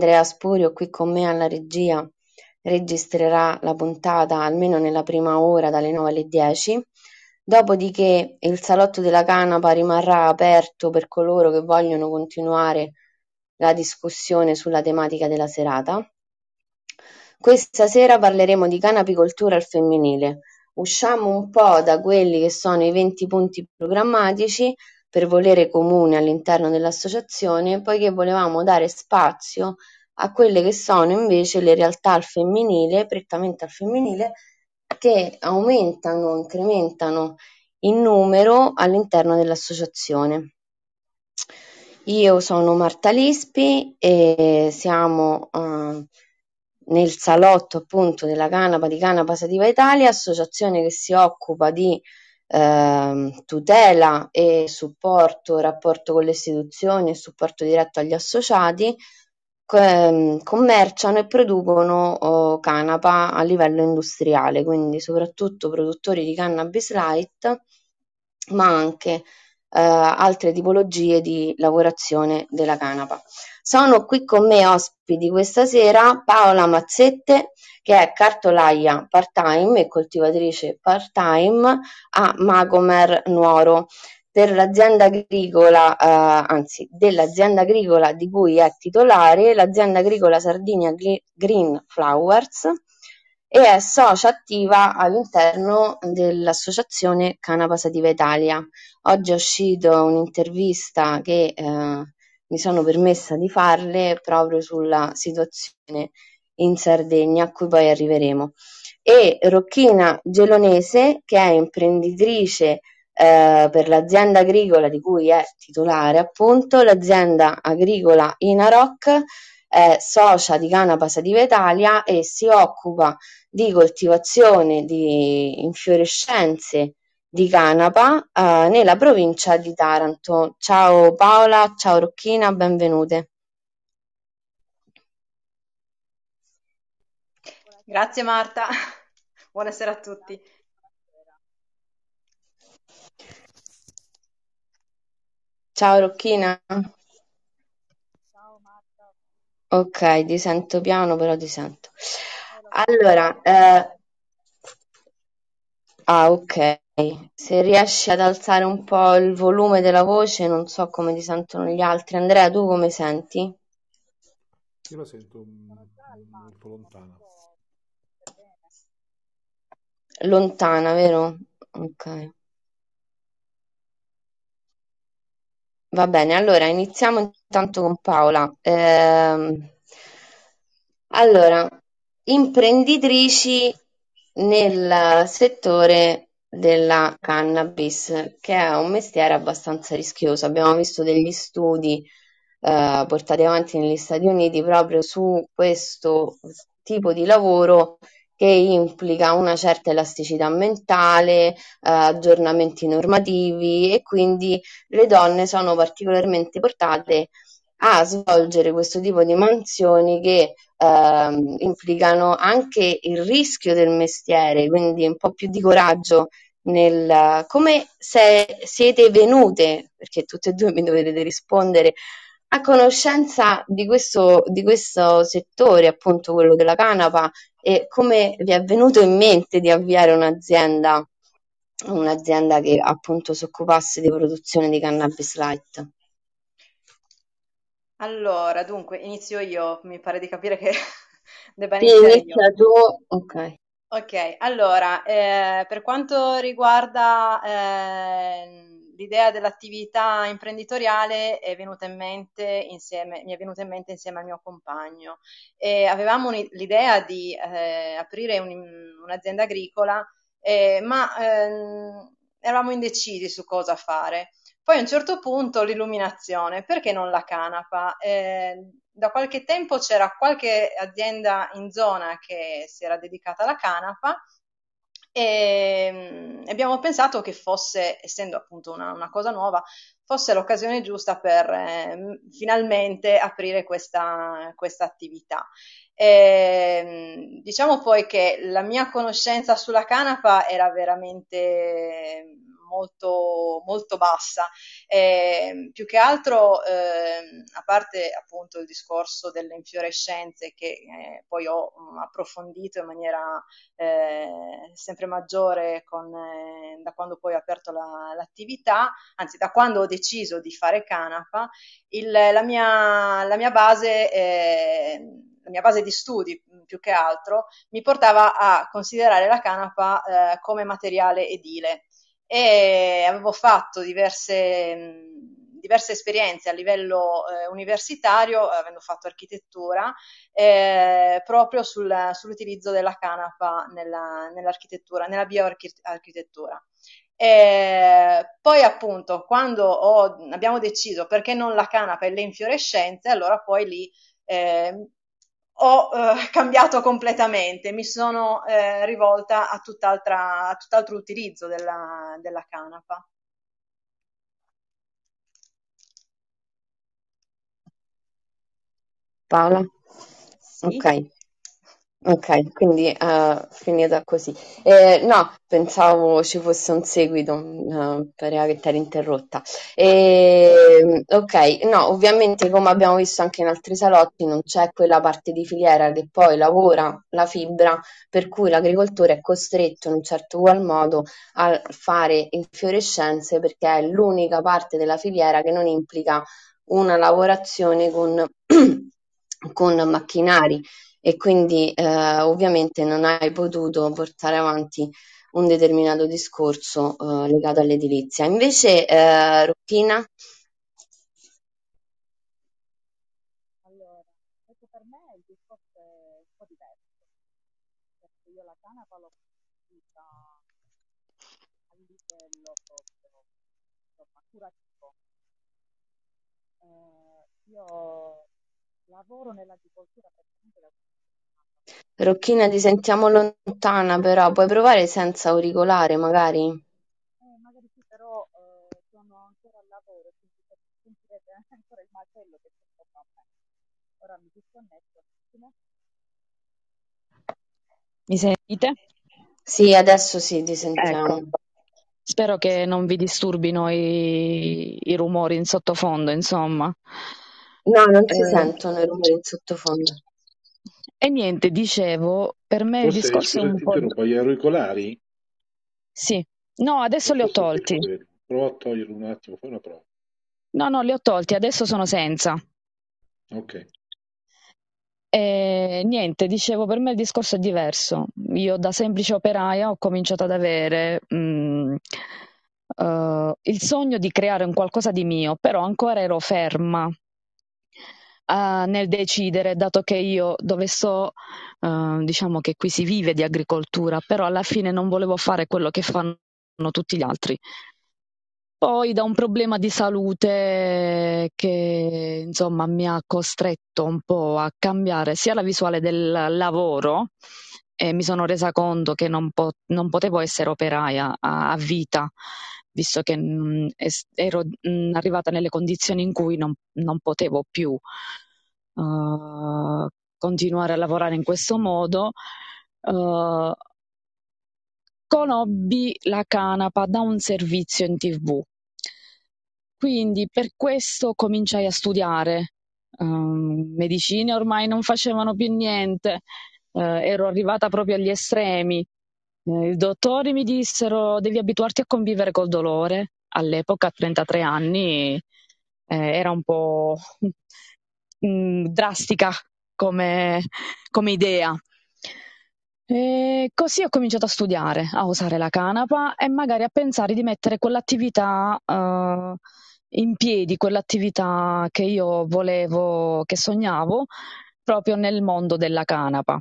Andrea Spurio qui con me alla regia registrerà la puntata almeno nella prima ora dalle 9 alle 10. Dopodiché il salotto della canapa rimarrà aperto per coloro che vogliono continuare la discussione sulla tematica della serata. Questa sera parleremo di canapicoltura al femminile. Usciamo un po' da quelli che sono i 20 punti programmatici per volere comune all'interno dell'associazione, poiché volevamo dare spazio a quelle che sono invece le realtà al femminile, prettamente al femminile, che aumentano, incrementano in numero all'interno dell'associazione. Io sono Marta Lispi e siamo nel salotto appunto della Canapa di Canapa Sativa Italia, associazione che si occupa di tutela e supporto, rapporto con le istituzioni e supporto diretto agli associati, commerciano e producono canapa a livello industriale, quindi soprattutto produttori di cannabis light, ma anche altre tipologie di lavorazione della canapa. Sono qui con me ospiti questa sera Paola Mazzette, che è cartolaia part-time e coltivatrice part-time a Macomer Nuoro per l'azienda agricola, anzi dell'azienda agricola di cui è titolare, l'azienda agricola Sardinia Green Flowers, e è socia attiva all'interno dell'associazione Canapa Sativa Italia. Oggi è uscita un'intervista che mi sono permessa di farle proprio sulla situazione in Sardegna, a cui poi arriveremo. E Rocchina Gelonese, che è imprenditrice per l'azienda agricola di cui è titolare, appunto, l'azienda agricola Inaroc, è socia di Canapa Sativa Italia e si occupa di coltivazione di infiorescenze di canapa nella provincia di Taranto. Ciao Paola, ciao Rocchina, benvenute. Grazie Marta, buonasera a tutti. Ciao Rocchina. Ok, ti sento piano, però ti sento. Allora, ok. Se riesci ad alzare un po' il volume della voce, non so come ti sentono gli altri. Andrea, tu come senti? Io la sento molto lontana. Lontana, vero? Ok. Va bene, allora iniziamo intanto con Paola. Allora, imprenditrici nel settore della cannabis, che è un mestiere abbastanza rischioso. Abbiamo visto degli studi portati avanti negli Stati Uniti proprio su questo tipo di lavoro che implica una certa elasticità mentale, aggiornamenti normativi e quindi le donne sono particolarmente portate a svolgere questo tipo di mansioni che implicano anche il rischio del mestiere, quindi un po' più di coraggio nel come se siete venute, perché tutte e due mi dovete rispondere, a conoscenza di questo settore, appunto quello della canapa, e come vi è venuto in mente di avviare un'azienda che appunto si occupasse di produzione di cannabis light? Allora, dunque, inizio io, mi pare di capire che debba Sì, iniziare io. inizia tu. Ok. Ok, allora, per quanto riguarda l'idea dell'attività imprenditoriale mi è venuta in mente insieme al mio compagno. E avevamo l'idea di aprire un'azienda agricola, ma eravamo indecisi su cosa fare. Poi a un certo punto l'illuminazione, perché non la canapa? Da qualche tempo c'era qualche azienda in zona che si era dedicata alla canapa e abbiamo pensato che fosse, essendo appunto una cosa nuova, fosse l'occasione giusta per finalmente aprire questa attività. Diciamo poi che la mia conoscenza sulla canapa era veramente molto bassa. Più che altro, a parte appunto il discorso delle infiorescenze che poi ho approfondito in maniera sempre maggiore da quando poi ho aperto l'attività, anzi da quando ho deciso di fare canapa, la mia base di studi più che altro mi portava a considerare la canapa come materiale edile e avevo fatto diverse esperienze a livello universitario, avendo fatto architettura, proprio sull'utilizzo della canapa nell'architettura, nella bioarchitettura. Poi appunto quando abbiamo deciso perché non la canapa e le infiorescenze, allora poi lì ho cambiato completamente, mi sono rivolta a tutt'altro utilizzo della canapa. Paola? Sì. Ok, quindi finita così. No, pensavo ci fosse un seguito, pareva che ti eri interrotta. Ok, no, ovviamente come abbiamo visto anche in altri salotti non c'è quella parte di filiera che poi lavora la fibra, per cui l'agricoltore è costretto in un certo qual modo a fare infiorescenze perché è l'unica parte della filiera che non implica una lavorazione con macchinari e quindi ovviamente non hai potuto portare avanti un determinato discorso legato all'edilizia. Invece, Rocchina? Allora, questo per me il discorso è un po' diverso, perché io la canapa l'ho costruita a livello proprio, insomma, curativo. Io lavoro nell'agricoltura praticamente da Rocchina, ti sentiamo lontana, però puoi provare senza auricolare, magari? magari sì, però sono ancora al lavoro, quindi sentirete ancora il macello che c'è sopra a me. Ora mi disconnetto un attimo. Mi sentite? Sì, adesso sì, ti Ecco, sentiamo. spero che non vi disturbino i rumori in sottofondo, insomma. No, non si Eh, sentono i rumori in sottofondo. e niente, dicevo, per me il Forse, discorso è scusa un ti po'. interrompo, gli auricolari? Sì, no, adesso li ho Forse per tolti. quello. Prova a toglierlo un attimo, fai una prova. No, no, li ho tolti, adesso sono senza. Ok. E niente, dicevo, per me il discorso è diverso. Io da semplice operaia ho cominciato ad avere il sogno di creare un qualcosa di mio, però ancora ero ferma nel decidere, dato che io dove sto, diciamo che qui si vive di agricoltura, però alla fine non volevo fare quello che fanno tutti gli altri. Poi da un problema di salute che insomma mi ha costretto un po' a cambiare sia la visuale del lavoro e mi sono resa conto che non potevo essere operaia a vita, visto che ero arrivata nelle condizioni in cui non potevo più continuare a lavorare in questo modo. Conobbi la canapa da un servizio in TV. Quindi per questo cominciai a studiare. Medicine ormai non facevano più niente, ero arrivata proprio agli estremi. I dottori mi dissero devi abituarti a convivere col dolore. All'epoca, a 33 anni, era un po' drastica come idea. E così ho cominciato a studiare, a usare la canapa e magari a pensare di mettere quell'attività in piedi, quell'attività che io volevo, che sognavo, proprio nel mondo della canapa.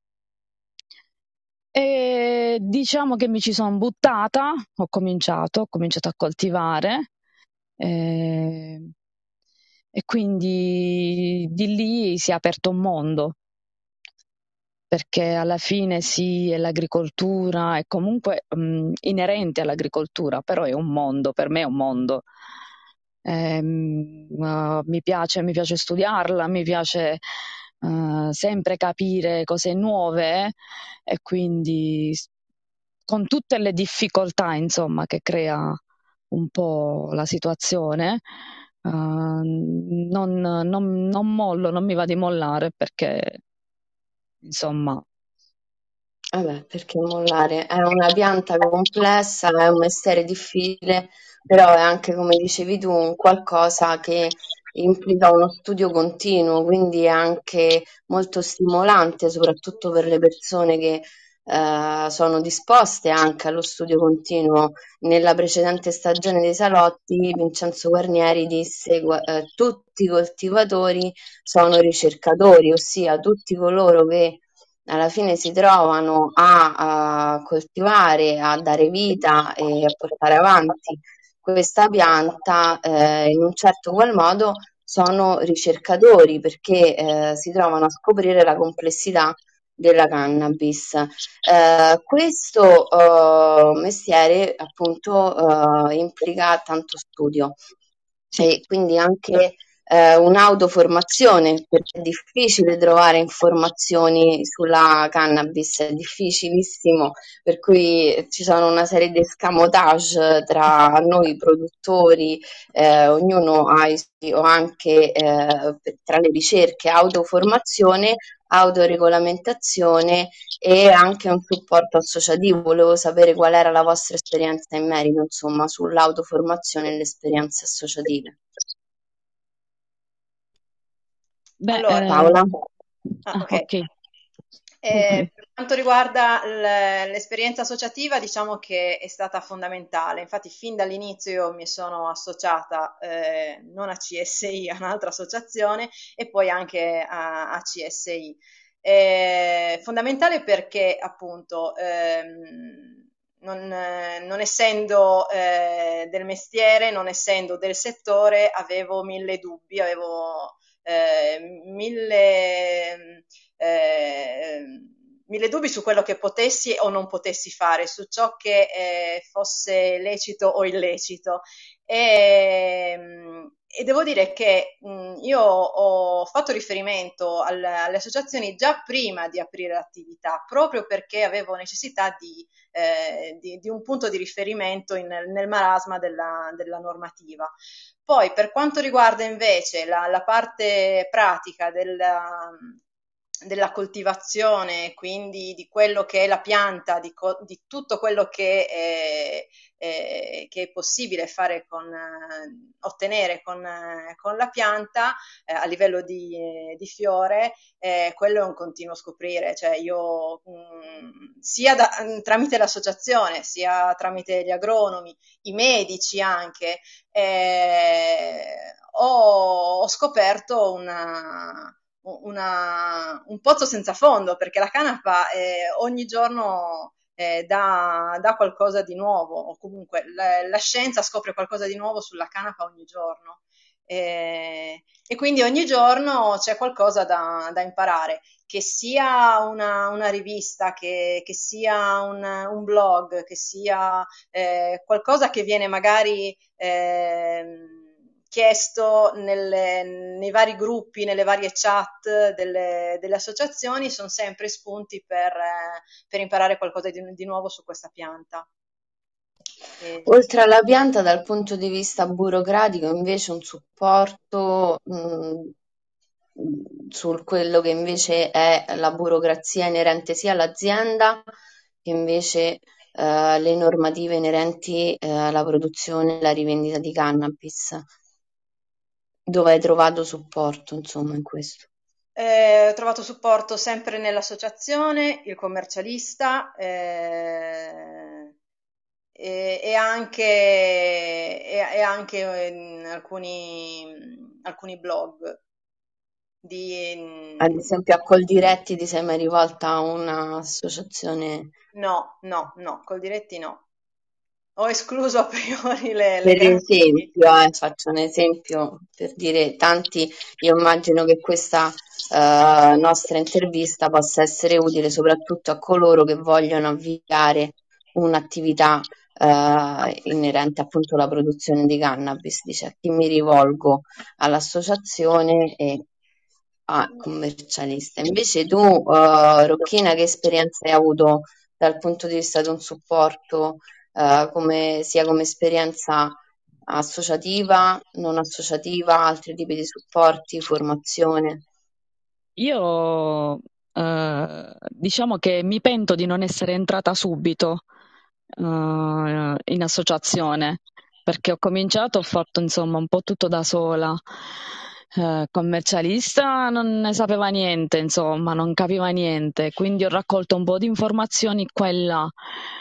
E diciamo che mi ci sono buttata, ho cominciato a coltivare eh, e quindi di lì si è aperto un mondo, perché alla fine sì, è l'agricoltura, è comunque inerente all'agricoltura, però è un mondo, per me è un mondo. Mi piace studiarla, mi piace sempre capire cose nuove e quindi con tutte le difficoltà, insomma, che crea un po' la situazione, non mollo, non mi va di mollare perché, insomma, Vabbè, perché mollare? È una pianta complessa, è un mestiere difficile, però è anche, come dicevi tu, un qualcosa che implica uno studio continuo, quindi è anche molto stimolante, soprattutto per le persone che sono disposte anche allo studio continuo. Nella precedente stagione dei Salotti, Vincenzo Guarnieri disse: tutti i coltivatori sono ricercatori, ossia tutti coloro che alla fine si trovano a coltivare, a dare vita e a portare avanti questa pianta, in un certo qual modo sono ricercatori perché si trovano a scoprire la complessità della cannabis. Questo mestiere appunto implica tanto studio e quindi anche un'autoformazione, perché è difficile trovare informazioni sulla cannabis, è difficilissimo, per cui ci sono una serie di escamotage tra noi produttori, ognuno ha o anche tra le ricerche, autoformazione, autoregolamentazione e anche un supporto associativo. Volevo sapere qual era la vostra esperienza in merito, insomma, sull'autoformazione e le esperienze associative. beh, Allora, Paola? ok. ok. Per quanto riguarda l'esperienza associativa, diciamo che è stata fondamentale. Infatti, fin dall'inizio io mi sono associata non a CSI, a un'altra associazione, e poi anche a CSI. Fondamentale perché, appunto, non essendo del mestiere, non essendo del settore, avevo mille dubbi, avevo eh, mille dubbi su quello che potessi o non potessi fare, su ciò che fosse lecito o illecito. E devo dire che io ho fatto riferimento alle associazioni già prima di aprire l'attività, proprio perché avevo necessità di un punto di riferimento nel marasma della normativa. Poi, per quanto riguarda invece la parte pratica della coltivazione, quindi di quello che è la pianta, di tutto quello che è possibile fare ottenere con la pianta a livello di fiore, quello è un continuo scoprire. Cioè io sia tramite l'associazione, sia tramite gli agronomi, i medici anche, ho scoperto un pozzo senza fondo, perché la canapa ogni giorno dà qualcosa di nuovo, o comunque la scienza scopre qualcosa di nuovo sulla canapa ogni giorno. E quindi ogni giorno c'è qualcosa da imparare, che sia una rivista, che sia un blog, che sia qualcosa che viene magari chiesto nei vari gruppi, nelle varie chat delle associazioni, sono sempre spunti per imparare qualcosa di nuovo su questa pianta. Oltre alla pianta, dal punto di vista burocratico, invece, un supporto su quello che invece è la burocrazia inerente sia all'azienda che invece le normative inerenti alla produzione e alla rivendita di cannabis. Dove hai trovato supporto, insomma, in questo? Ho trovato supporto sempre nell'associazione, il commercialista e anche in alcuni blog. Ad esempio a Coldiretti ti sei mai rivolta a un'associazione? No, col diretti no. Ho escluso a priori le Per grandi. esempio, faccio un esempio per dire tanti, io immagino che questa nostra intervista possa essere utile soprattutto a coloro che vogliono avviare un'attività inerente appunto alla produzione di cannabis. Dice a chi mi rivolgo? All'associazione e a commercialista. Invece tu, Rocchina, che esperienza hai avuto dal punto di vista di un supporto, sia come esperienza associativa, non associativa, altri tipi di supporti, formazione? Io diciamo che mi pento di non essere entrata subito in associazione, perché ho cominciato, ho fatto insomma un po' tutto da sola. Commercialista non ne sapeva niente, insomma, non capiva niente, quindi ho raccolto un po' di informazioni qua e là.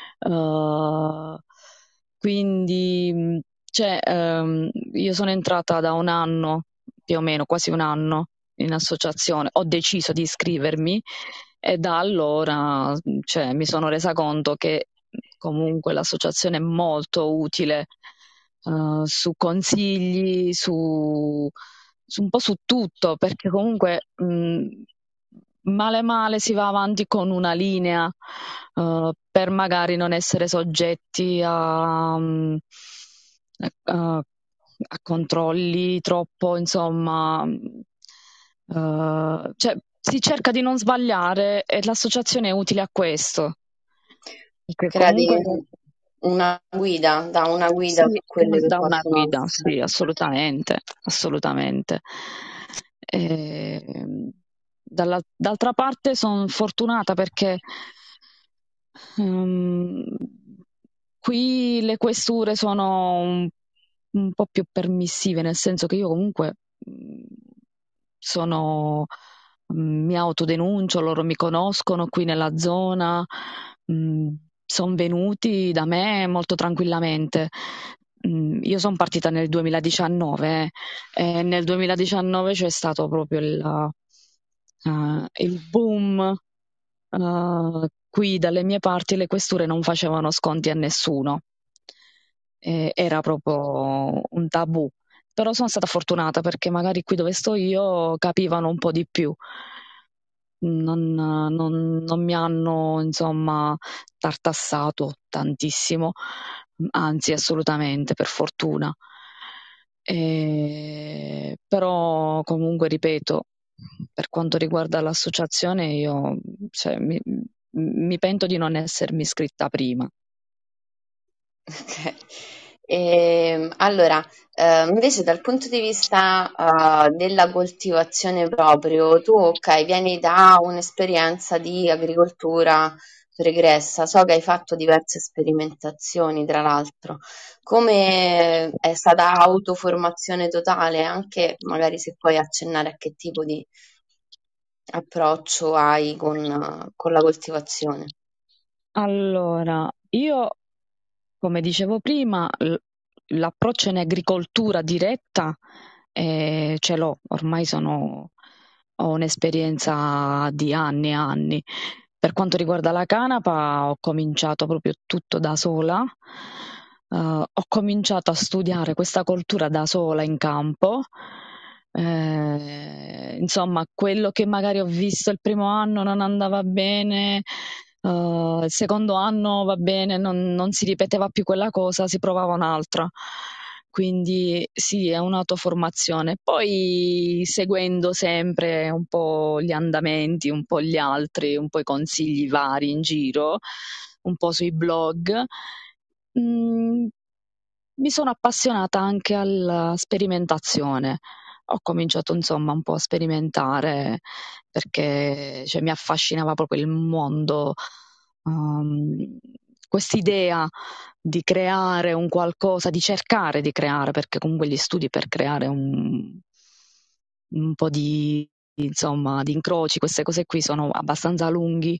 Quindi, cioè, io sono entrata da un anno, più o meno, quasi un anno in associazione, ho deciso di iscrivermi e da allora, cioè, mi sono resa conto che comunque l'associazione è molto utile su consigli, su un po' su tutto, perché comunque male male si va avanti con una linea per magari non essere soggetti a controlli troppo, insomma, cioè si cerca di non sbagliare e l'associazione è utile a questo. Perché Credi comunque dà una guida sì, su quelle che da una possono guida, essere. sì, assolutamente, assolutamente. D'altra parte sono fortunata perché ehm, qui le questure sono un po' più permissive, nel senso che io comunque sono, mi autodenuncio, loro mi conoscono qui nella zona, sono venuti da me molto tranquillamente. Io sono partita nel 2019 e nel 2019 c'è stato proprio il boom. Qui dalle mie parti le questure non facevano sconti a nessuno, era proprio un tabù. Però sono stata fortunata perché magari qui dove sto io capivano un po' di più. Non mi hanno insomma tartassato tantissimo, anzi assolutamente, per fortuna. Però comunque ripeto, per quanto riguarda l'associazione io cioè, mi pento di non essermi iscritta prima. Ok. Allora, invece dal punto di vista, della coltivazione proprio, tu, ok, vieni da un'esperienza di agricoltura pregressa, so che hai fatto diverse sperimentazioni, tra l'altro. Come è stata autoformazione totale, anche magari se puoi accennare a che tipo di approccio hai con la coltivazione? Allora, io, come dicevo prima, l'approccio in agricoltura diretta ce l'ho, ormai ho un'esperienza di anni e anni. Per quanto riguarda la canapa, ho cominciato proprio tutto da sola. Ho cominciato a studiare questa coltura da sola in campo. Insomma, quello che magari ho visto il primo anno non andava bene, il secondo anno va bene, non si ripeteva più quella cosa, si provava un'altra. Quindi sì, è un'autoformazione. Poi seguendo sempre un po' gli andamenti, un po' gli altri, un po' i consigli vari in giro, un po' sui blog, mm, mi sono appassionata anche alla sperimentazione. Ho cominciato insomma un po' a sperimentare perché cioè, mi affascinava proprio il mondo, um, quest'idea di creare un qualcosa, di cercare di creare, perché comunque gli studi per creare un po' insomma, di incroci, queste cose qui sono abbastanza lunghi.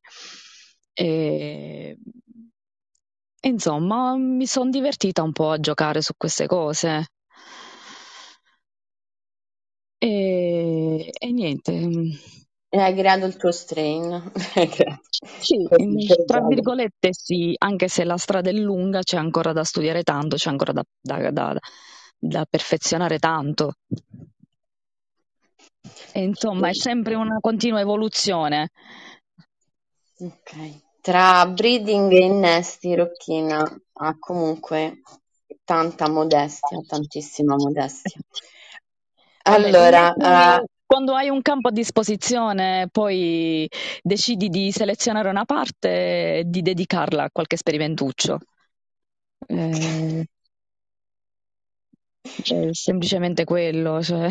E, e insomma, mi sono divertita un po' a giocare su queste cose. E niente, E hai creato il tuo strain. Hai creato sì, per tra gioco. virgolette sì, anche se la strada è lunga, c'è ancora da studiare tanto, c'è ancora da perfezionare tanto. E insomma, è sempre una continua evoluzione. Ok. Tra breeding e innesti, Rocchina ha comunque tanta modestia, tantissima modestia. Vabbè, Allora, quando hai un campo a disposizione, poi decidi di selezionare una parte e di dedicarla a qualche sperimentuccio. Eh, è semplicemente quello, cioè,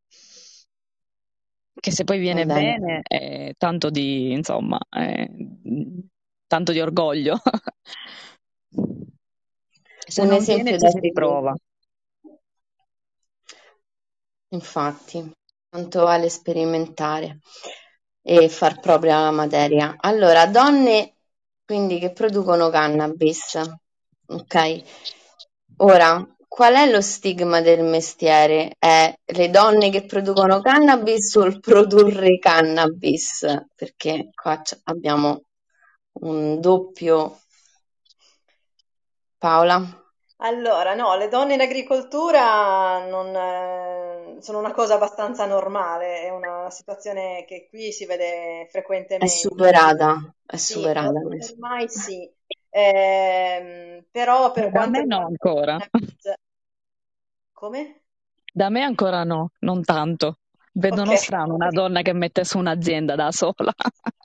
che se poi viene Vabbè, bene è tanto di, insomma, tanto di orgoglio. Se un non viene esempio ci da si seguire. riprova. Infatti, tanto vale sperimentare e far propria la materia. Allora, donne quindi che producono cannabis, ok? Ora, qual è lo stigma del mestiere? È le donne che producono cannabis o il produrre cannabis? Perché qua abbiamo un doppio. Paola? Allora, no, le donne in agricoltura non, sono una cosa abbastanza normale, è una situazione che qui si vede È frequentemente. superata, è Sì, superata questa. ormai sì. Però per Da quanto me no riguarda il ancora. cannabis, come? Da me ancora no, non tanto. Ok. Vedono strano una donna che mette su un'azienda da sola.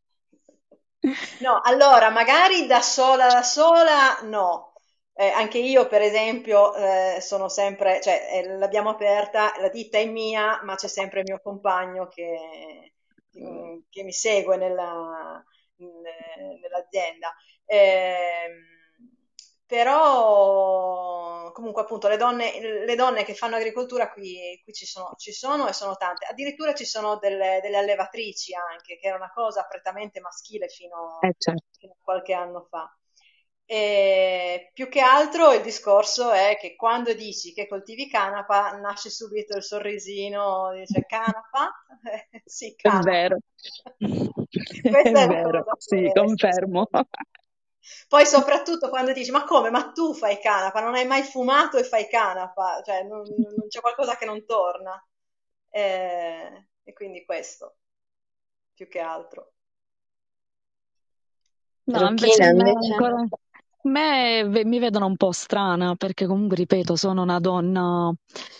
No, allora, magari da sola, no. Anche io, per esempio, sono sempre, cioè, l'abbiamo aperta, la ditta è mia, ma c'è sempre il mio compagno che mi segue nell'azienda. Però, comunque, appunto, le donne che fanno agricoltura qui ci sono e sono tante. Addirittura ci sono delle allevatrici anche, che era una cosa prettamente maschile Certo. fino a qualche anno fa. E più che altro il discorso è che quando dici che coltivi canapa, nasce subito il sorrisino, dice canapa? Sì, È canapa. vero, è Questa è la vero, cosa sì, che confermo. succede. Poi soprattutto quando dici, ma come? Ma tu fai canapa? Non hai mai fumato e fai canapa? Cioè, non c'è qualcosa che non torna. E quindi questo, più che altro. No, invece Rocchina invece? mi vedono un po' strana perché comunque, ripeto, sono una donna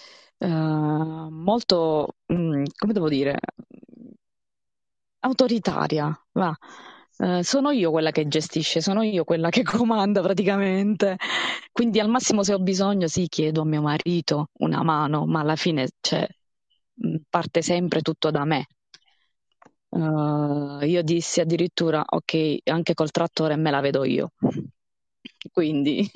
molto, come devo dire, autoritaria, va. Sono io quella che gestisce, sono io quella che comanda praticamente. Quindi al massimo se ho bisogno, sì, chiedo a mio marito una mano, ma alla fine, cioè, parte sempre tutto da me. Io dissi addirittura, ok, anche col trattore me la vedo io. Quindi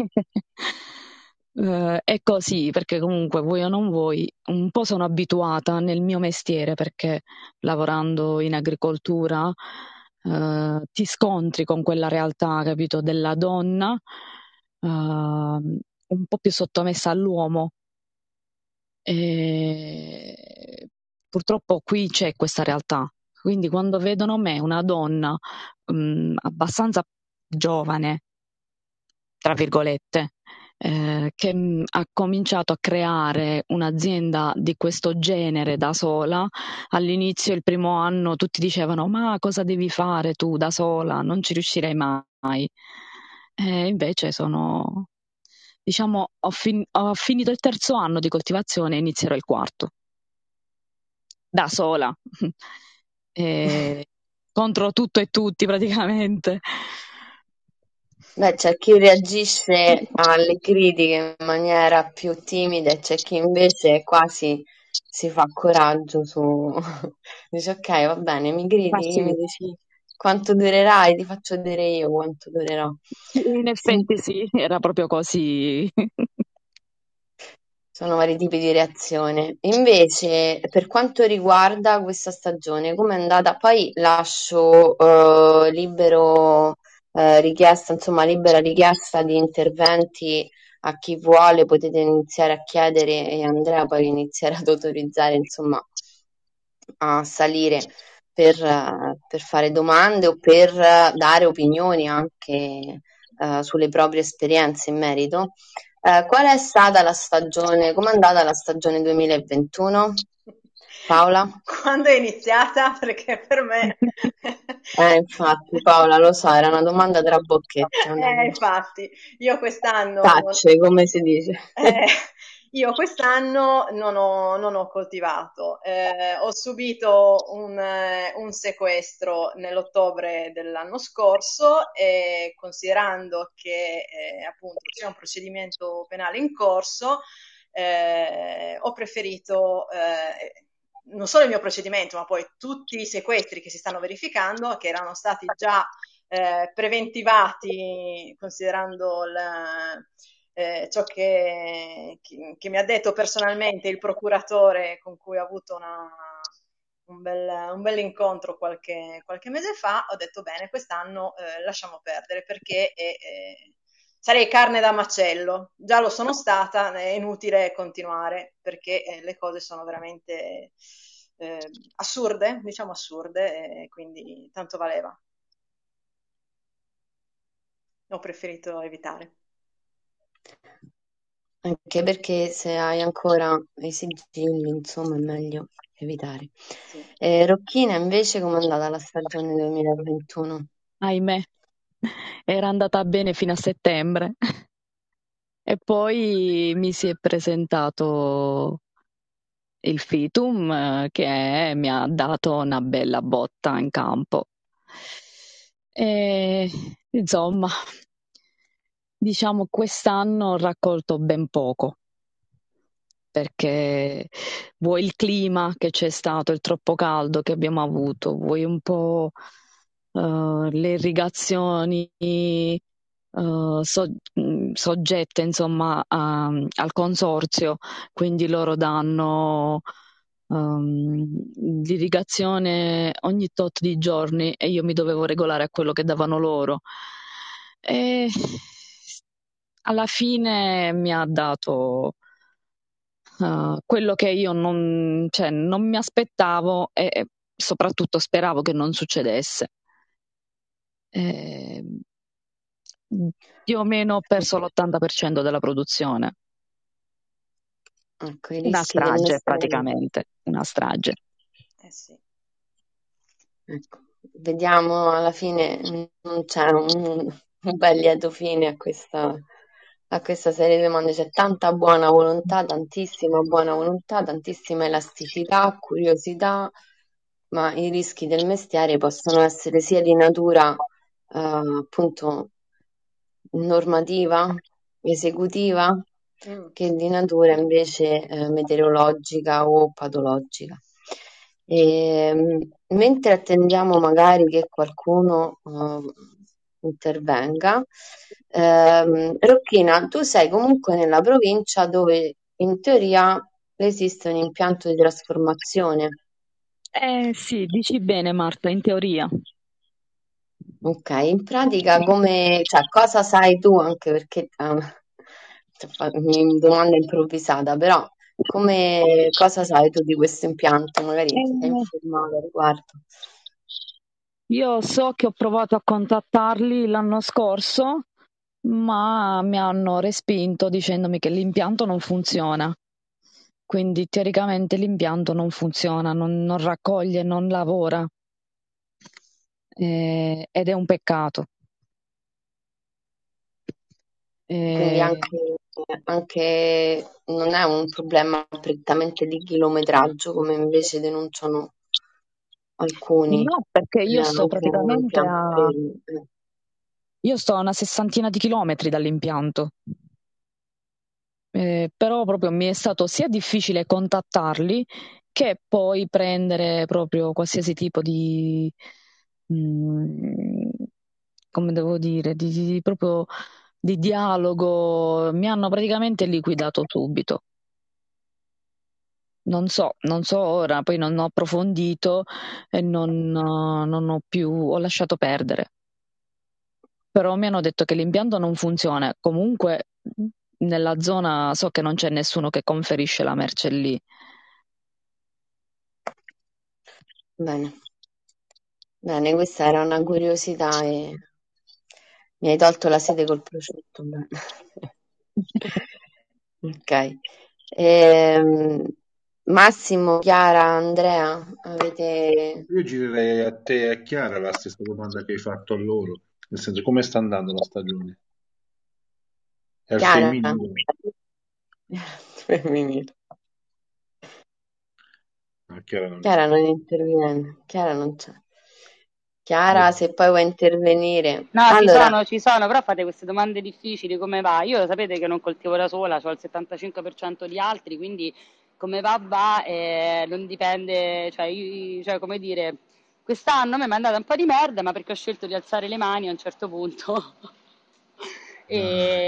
è così, perché comunque vuoi o non vuoi, un po' sono abituata nel mio mestiere, perché lavorando in agricoltura ti scontri con quella realtà, capito, della donna un po' più sottomessa all'uomo. E purtroppo qui c'è questa realtà. Quindi quando vedono me, una donna abbastanza giovane, tra virgolette, che ha cominciato a creare un'azienda di questo genere da sola, all'inizio, il primo anno, tutti dicevano: Ma cosa devi fare tu da sola? Non ci riuscirai mai. E invece diciamo, ho finito il terzo anno di coltivazione e inizierò il quarto da sola, e contro tutto e tutti praticamente. Beh, c'è chi reagisce alle critiche in maniera più timida e c'è chi invece quasi si fa coraggio su... Dice ok, va bene, mi Ma critichi, sì, mi dici quanto durerai, ti faccio vedere io quanto durerò. in Sì. effetti sì, era proprio così. Sono vari tipi di reazione. Invece, per quanto riguarda questa stagione, come è andata? Poi lascio libero richiesta, insomma, libera richiesta di interventi a chi vuole, potete iniziare a chiedere e Andrea poi iniziare ad autorizzare, insomma, a salire per fare domande o per dare opinioni anche sulle proprie esperienze in merito. Qual è stata la stagione, com'è andata la stagione 2021? Paola? Quando è iniziata? Perché per me... Infatti, Paola, lo so, era una domanda tra bocchette. Infatti, io quest'anno Tacce, come si dice. eh, Io quest'anno non ho coltivato, ho subito un sequestro nell'ottobre dell'anno scorso e considerando che appunto c'è un procedimento penale in corso, ho preferito non solo il mio procedimento, ma poi tutti i sequestri che si stanno verificando, che erano stati già preventivati considerando ciò che mi ha detto personalmente il procuratore con cui ho avuto un bel incontro qualche mese fa. Ho detto bene, quest'anno lasciamo perdere perché sarei carne da macello, già lo sono stata, è inutile continuare perché le cose sono veramente assurde, diciamo assurde, e quindi tanto valeva. Ho preferito evitare. Anche perché se hai ancora i sigilli, insomma, è meglio evitare. Sì. Rocchina, invece, com'è andata la stagione 2021? Ahimè, era andata bene fino a settembre e poi mi si è presentato il Fitum mi ha dato una bella botta in campo. E, insomma, diciamo quest'anno ho raccolto ben poco perché vuoi il clima che c'è stato, il troppo caldo che abbiamo avuto, vuoi un po' le irrigazioni soggette insomma al consorzio, quindi loro danno l'irrigazione ogni tot di giorni e io mi dovevo regolare a quello che davano loro. E alla fine mi ha dato quello che io cioè, non mi aspettavo e soprattutto speravo che non succedesse. Eh, più o meno ho perso l'80% della produzione. Ecco, i Una rischi del strage mestiere. praticamente, una strage. Sì. Ecco, vediamo alla fine non c'è un bel lieto fine a questa serie di domande. C'è tanta buona volontà, tantissima buona volontà, tantissima elasticità, curiosità, ma i rischi del mestiere possono essere sia di natura appunto normativa, esecutiva, che di natura invece meteorologica o patologica. Mentre attendiamo magari che qualcuno intervenga, Rocchina, tu sei comunque nella provincia dove in teoria esiste un impianto di trasformazione. Sì, dici bene Marta, in teoria. Ok, in pratica cioè, cosa sai tu, anche perché mi domanda improvvisata, però cosa sai tu di questo impianto? Magari ti sei Eh, informata a riguardo. io so che ho provato a contattarli l'anno scorso, ma mi hanno respinto dicendomi che l'impianto non funziona. Quindi teoricamente l'impianto non funziona, non raccoglie, non lavora. Ed è un peccato. Quindi anche non è un problema prettamente di chilometraggio, come invece denunciano alcuni, No, perché io sto anche un praticamente impianto fermo. io sto a una 60 di chilometri dall'impianto. Però proprio mi è stato sia difficile contattarli che poi prendere proprio qualsiasi tipo mm, come devo dire, proprio di dialogo. Mi hanno praticamente liquidato subito. Non so ora, poi non ho approfondito e non ho ho lasciato perdere. Però mi hanno detto che l'impianto non funziona. Comunque nella zona so che non c'è nessuno che conferisce la merce lì. Bene, bene, questa era una curiosità e mi hai tolto la sete col prosciutto. Bene. Ok. Massimo, Chiara, Andrea, avete... Io girerei a te e a Chiara la stessa domanda che hai fatto a loro, nel senso come sta andando la stagione? È al Chiara, femminile? Femminile. Chiara non Chiara c'è. non interviene, Chiara non c'è. Chiara, se poi vuoi intervenire. No, Allora, ci sono, però fate queste domande difficili, come va? Io lo sapete che non coltivo da sola, ho il 75% di altri, quindi come va, non dipende, cioè, come dire, quest'anno mi è mandata un po' di merda, ma perché ho scelto di alzare le mani a un certo punto. Dai.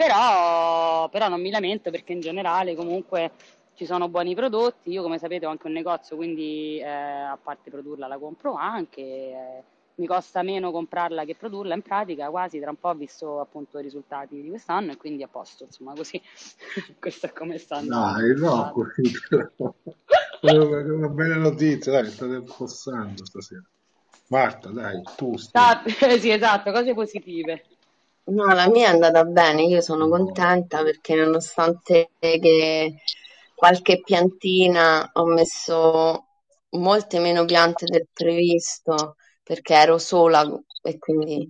Però non mi lamento perché in generale comunque ci sono buoni prodotti. Io come sapete ho anche un negozio, quindi a parte produrla la compro anche. Mi costa meno comprarla che produrla in pratica, quasi tra un po' ho visto appunto i risultati di quest'anno e quindi a posto, insomma così. Questo è come sta andando Dai, no, quest'anno. così però. Una bella notizia, dai, state affossando stasera. Marta, dai, tu stia. Sì, esatto, cose positive. no, la mia è andata bene, io sono No. contenta perché nonostante che qualche piantina ho messo molte meno piante del previsto perché ero sola e quindi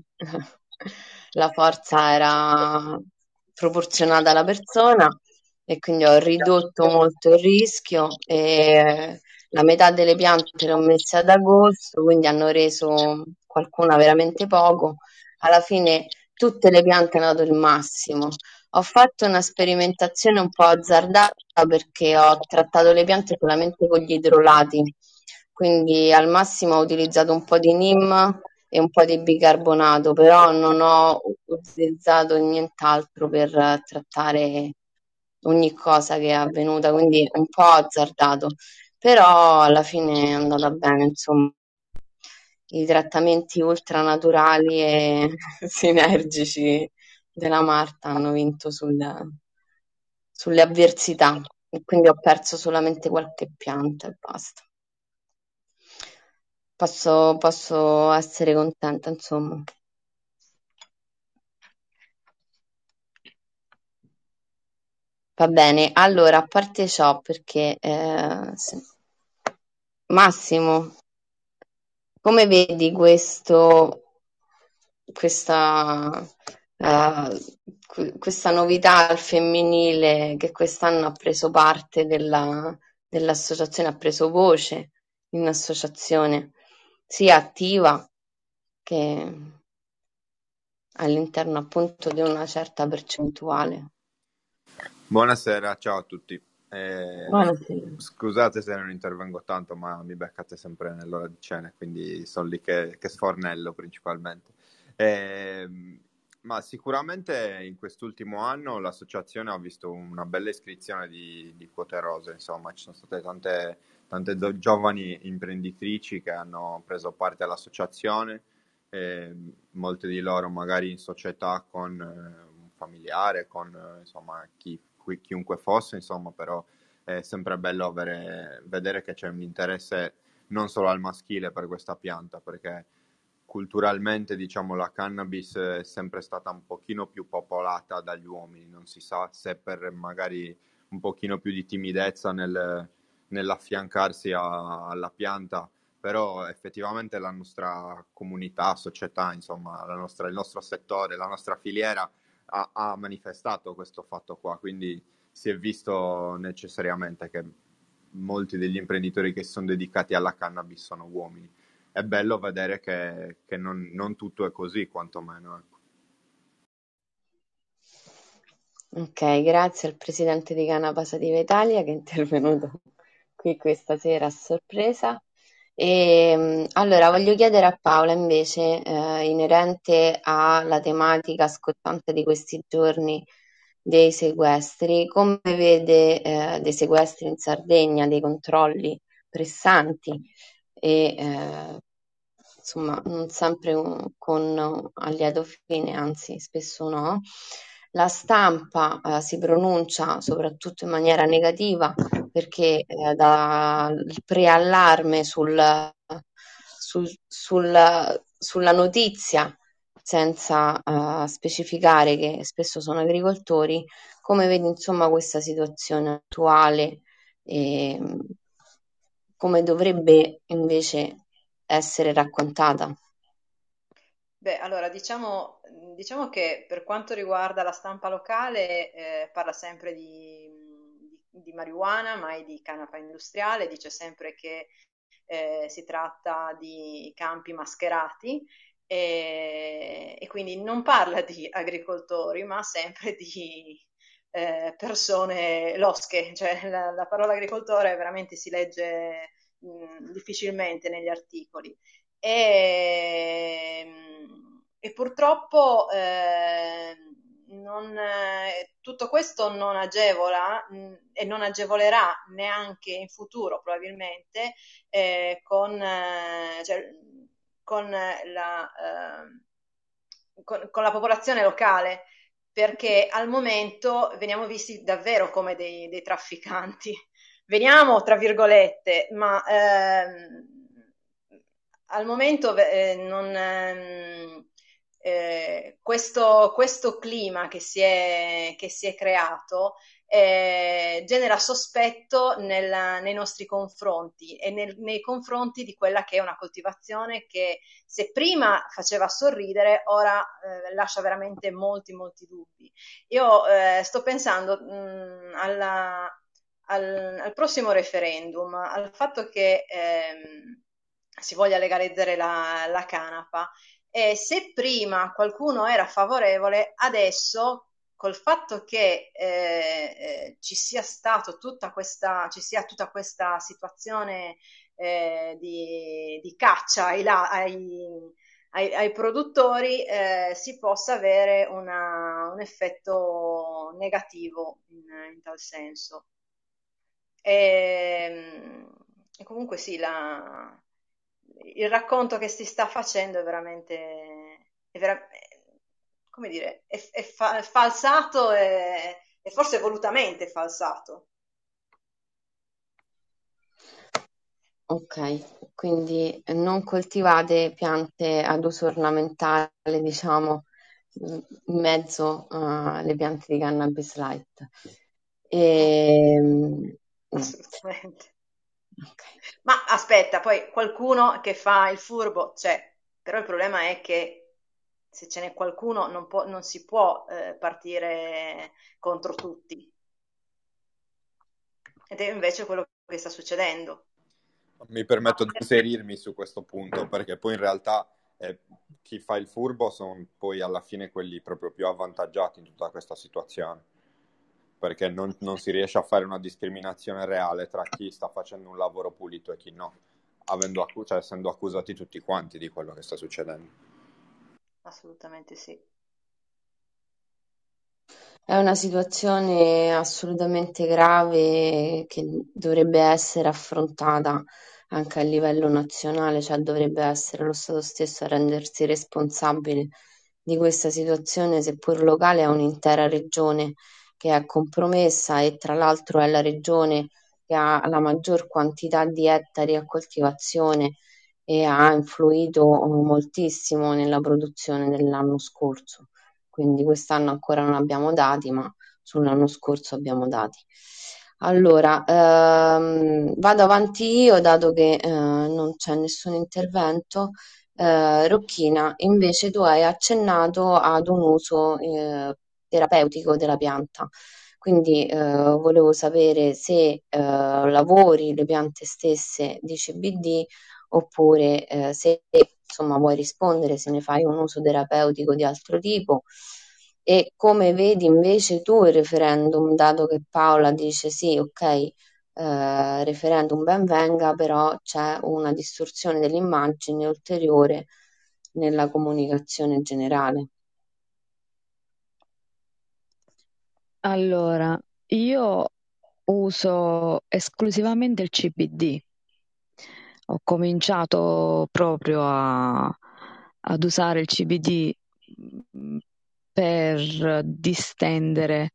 la forza era proporzionata alla persona e quindi ho ridotto molto il rischio e la metà delle piante le ho messe ad agosto, quindi hanno reso qualcuna veramente poco. Alla fine tutte le piante hanno dato il massimo. Ho fatto una sperimentazione un po' azzardata perché ho trattato le piante solamente con gli idrolati, quindi al massimo ho utilizzato un po' di NIM e un po' di bicarbonato, però non ho utilizzato nient'altro per trattare ogni cosa che è avvenuta, quindi un po' azzardato, però alla fine è andata bene, insomma. I trattamenti ultranaturali e sinergici della Marta hanno vinto sulle avversità e quindi ho perso solamente qualche pianta e basta. Posso essere contenta, insomma. Va bene, allora, a parte ciò, perché Massimo, come vedi questa, questa novità al femminile che quest'anno ha preso parte dell'associazione, ha preso voce in associazione, sia attiva che all'interno appunto di una certa percentuale. Buonasera, ciao a tutti. Buonasera. Scusate se non intervengo tanto, ma mi beccate sempre nell'ora di cena, quindi sono lì che sfornello principalmente. Ma sicuramente in quest'ultimo anno l'associazione ha visto una bella iscrizione di quote rose, insomma, ci sono state tante giovani imprenditrici che hanno preso parte all'associazione, molte di loro magari in società con un familiare, con insomma chiunque fosse, insomma, però è sempre bello vedere che c'è un interesse non solo al maschile per questa pianta, perché culturalmente, diciamo, la cannabis è sempre stata un pochino più popolata dagli uomini, non si sa se per magari un pochino più di timidezza nell'affiancarsi alla pianta, però effettivamente la nostra comunità, società, insomma, il nostro settore, la nostra filiera ha manifestato questo fatto qua, quindi si è visto necessariamente che molti degli imprenditori che si sono dedicati alla cannabis sono uomini. È bello vedere che non tutto è così, quantomeno. Ecco. Ok, grazie al presidente di Canapa Sativa Italia che è intervenuto qui questa sera a sorpresa. Allora voglio chiedere a Paola invece, inerente alla tematica scottante di questi giorni dei sequestri, come vede dei sequestri in Sardegna, dei controlli pressanti e insomma non sempre a lieto fine, anzi spesso no. La stampa si pronuncia soprattutto in maniera negativa perché dà il preallarme sulla notizia senza specificare che spesso sono agricoltori. Come vedi insomma questa situazione attuale e come dovrebbe invece essere raccontata? Beh, allora diciamo che per quanto riguarda la stampa locale, parla sempre di marijuana, mai di canapa industriale, dice sempre che si tratta di campi mascherati e quindi non parla di agricoltori, ma sempre di persone losche, cioè la parola agricoltore veramente si legge difficilmente negli articoli. E purtroppo tutto questo non agevola e non agevolerà neanche in futuro probabilmente cioè, con con la popolazione locale, perché al momento veniamo visti davvero come dei trafficanti. Veniamo, tra virgolette, ma al momento questo clima che si è creato genera sospetto nei nostri confronti e nei confronti di quella che è una coltivazione che se prima faceva sorridere, ora lascia veramente molti, molti dubbi. Io sto pensando al prossimo referendum, al fatto che si voglia legalizzare la canapa. E se prima qualcuno era favorevole, adesso col fatto che ci sia tutta questa situazione di caccia ai produttori, si possa avere un effetto negativo in tal senso. E comunque sì, il racconto che si sta facendo come dire, è falsato e forse volutamente falsato. Ok, quindi non coltivate piante ad uso ornamentale, diciamo, in mezzo alle piante di cannabis light. Assolutamente. Okay. Ma aspetta, poi qualcuno che fa il furbo c'è, però il problema è che se ce n'è qualcuno non si può partire contro tutti. Ed è invece quello che sta succedendo. Mi permetto di inserirmi su questo punto, perché poi in realtà chi fa il furbo sono poi alla fine quelli proprio più avvantaggiati in tutta questa situazione, perché non si riesce a fare una discriminazione reale tra chi sta facendo un lavoro pulito e chi no, essendo accusati tutti quanti di quello che sta succedendo. Assolutamente sì. È una situazione assolutamente grave che dovrebbe essere affrontata anche a livello nazionale, cioè dovrebbe essere lo Stato stesso a rendersi responsabile di questa situazione, seppur locale, è un'intera regione che è compromessa e tra l'altro è la regione che ha la maggior quantità di ettari a coltivazione e ha influito moltissimo nella produzione dell'anno scorso. Quindi quest'anno ancora non abbiamo dati, ma sull'anno scorso abbiamo dati. Allora, vado avanti io, dato che non c'è nessun intervento. Rocchina, invece tu hai accennato ad un uso terapeutico della pianta, quindi volevo sapere se lavori le piante stesse di CBD oppure se insomma vuoi rispondere, se ne fai un uso terapeutico di altro tipo. E come vedi invece tu il referendum, dato che Paola dice sì, ok, referendum ben venga, però c'è una distorsione dell'immagine ulteriore nella comunicazione generale. Allora, io uso esclusivamente il CBD. Ho cominciato proprio ad usare il CBD per distendere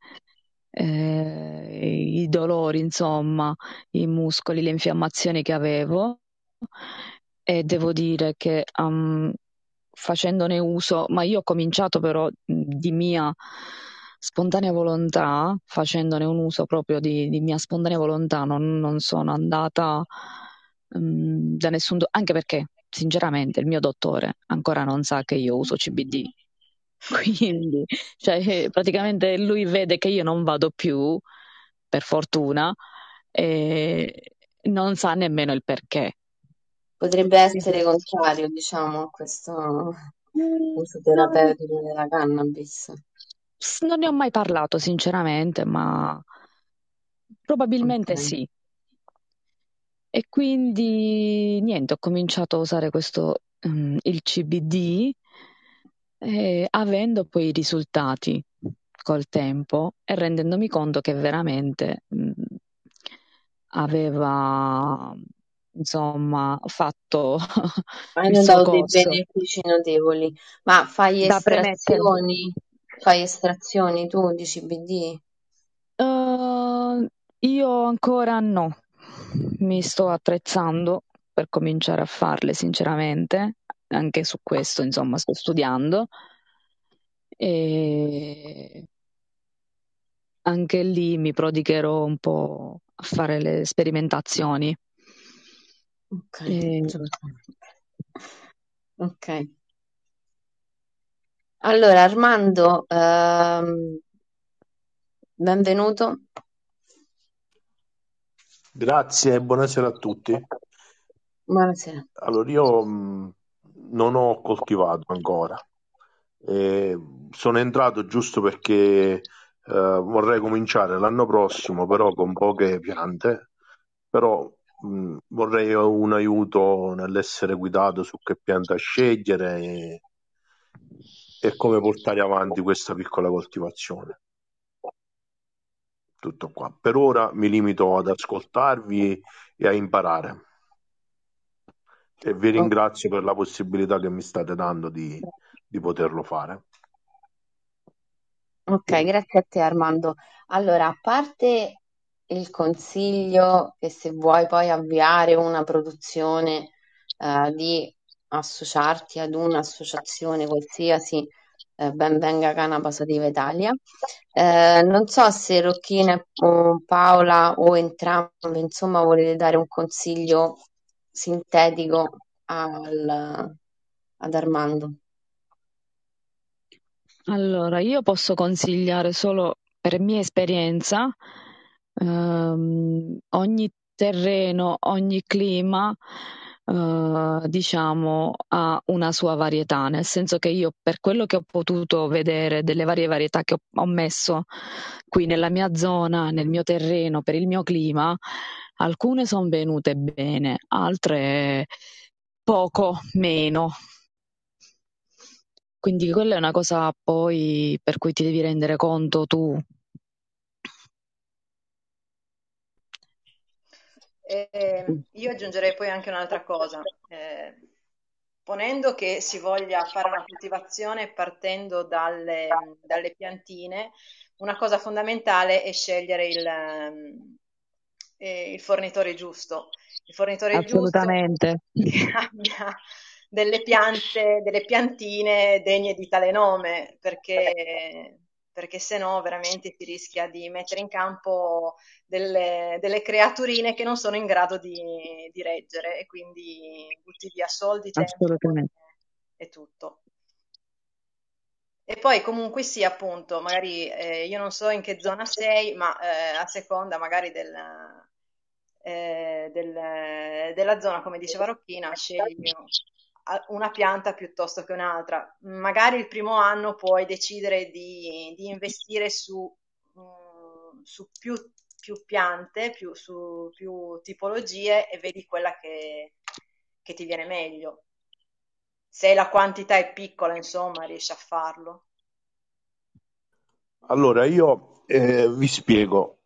i dolori, insomma, i muscoli, le infiammazioni che avevo. E devo dire che facendone uso, ma io ho cominciato però di mia spontanea volontà, facendone un uso proprio di mia spontanea volontà, non sono andata da nessun, anche perché sinceramente il mio dottore ancora non sa che io uso CBD, quindi cioè, praticamente lui vede che io non vado più per fortuna, e non sa nemmeno il perché. Potrebbe essere contrario, diciamo, a questo uso terapeutico della cannabis. Non ne ho mai parlato sinceramente, ma probabilmente Ok. sì. E quindi niente, ho cominciato a usare il CBD, avendo poi i risultati col tempo e rendendomi conto che veramente aveva, insomma, fatto Hai il suo notato dei corso. benefici notevoli, ma Da premettere. fai estrazioni tu di CBD? Io ancora no, mi sto attrezzando per cominciare a farle, sinceramente. Anche su questo, insomma, sto studiando. E anche lì mi prodigherò un po' a fare le sperimentazioni. Ok, E- giusto. Ok. Allora, Armando, benvenuto. Grazie e buonasera a tutti. Buonasera. Allora, io non ho coltivato ancora. Sono entrato giusto perché vorrei cominciare l'anno prossimo, però con poche piante, però vorrei un aiuto nell'essere guidato su che pianta scegliere e come portare avanti questa piccola coltivazione. Tutto qua. Per ora mi limito ad ascoltarvi e a imparare. E vi O- ringrazio per la possibilità che mi state dando di poterlo fare. Ok, grazie a te, Armando. Allora, a parte il consiglio che se vuoi poi avviare una produzione, di associarti ad un'associazione qualsiasi, ben venga Canapa Sativa Italia. Non so se Rocchina o Paola o entrambe, insomma, volete dare un consiglio sintetico ad Armando. Allora, io posso consigliare solo per mia esperienza, ogni terreno, ogni clima, diciamo, ha una sua varietà, nel senso che io, per quello che ho potuto vedere delle varie varietà che ho messo qui nella mia zona, nel mio terreno, per il mio clima, alcune sono venute bene, altre poco meno. Quindi quella è una cosa poi per cui ti devi rendere conto tu. Io aggiungerei poi anche un'altra cosa. Ponendo che si voglia fare una coltivazione partendo dalle piantine, una cosa fondamentale è scegliere il fornitore giusto. Il fornitore giusto Assolutamente. che abbia delle piantine degne di tale nome, perché se no veramente si rischia di mettere in campo delle creaturine che non sono in grado di reggere e quindi butti via soldi, tempo Assolutamente. e tutto. E poi comunque sì, appunto, magari io non so in che zona sei, ma a seconda magari della zona, come diceva Rocchina, scegli una pianta piuttosto che un'altra. Magari il primo anno puoi decidere di investire su più piante, su più tipologie e vedi quella che ti viene meglio. Se la quantità è piccola, insomma, riesci a farlo. Allora, io vi spiego.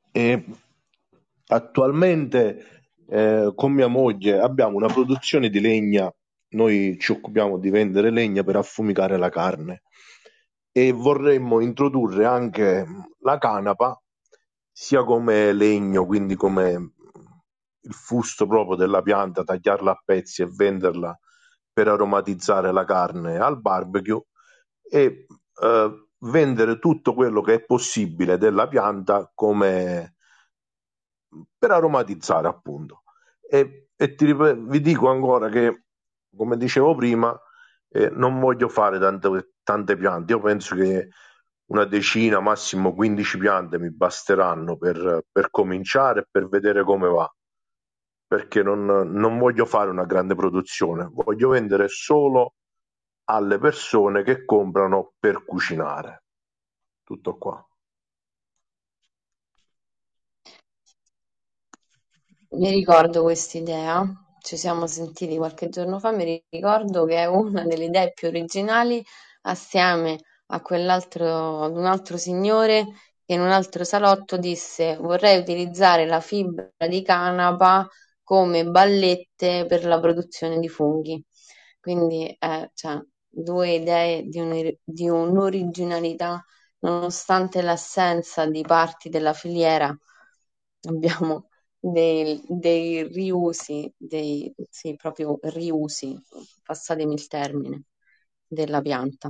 Attualmente con mia moglie abbiamo una produzione di legna, noi ci occupiamo di vendere legna per affumicare la carne e vorremmo introdurre anche la canapa sia come legno, quindi come il fusto proprio della pianta, tagliarla a pezzi e venderla per aromatizzare la carne al barbecue e vendere tutto quello che è possibile della pianta come per aromatizzare appunto. Vi dico ancora che, come dicevo prima, non voglio fare tante piante. Io penso che una decina, massimo 15 piante mi basteranno per cominciare e per vedere come va, perché non voglio fare una grande produzione, voglio vendere solo alle persone che comprano per cucinare. Tutto qua. Mi ricordo quest'idea, ci siamo sentiti qualche giorno fa, mi ricordo che è una delle idee più originali assieme a ad un altro signore che in un altro salotto disse vorrei utilizzare la fibra di canapa come ballette per la produzione di funghi. Quindi, cioè, due idee di un'originalità, nonostante l'assenza di parti della filiera, abbiamo dei riusi, sì, proprio riusi, passatemi il termine, della pianta.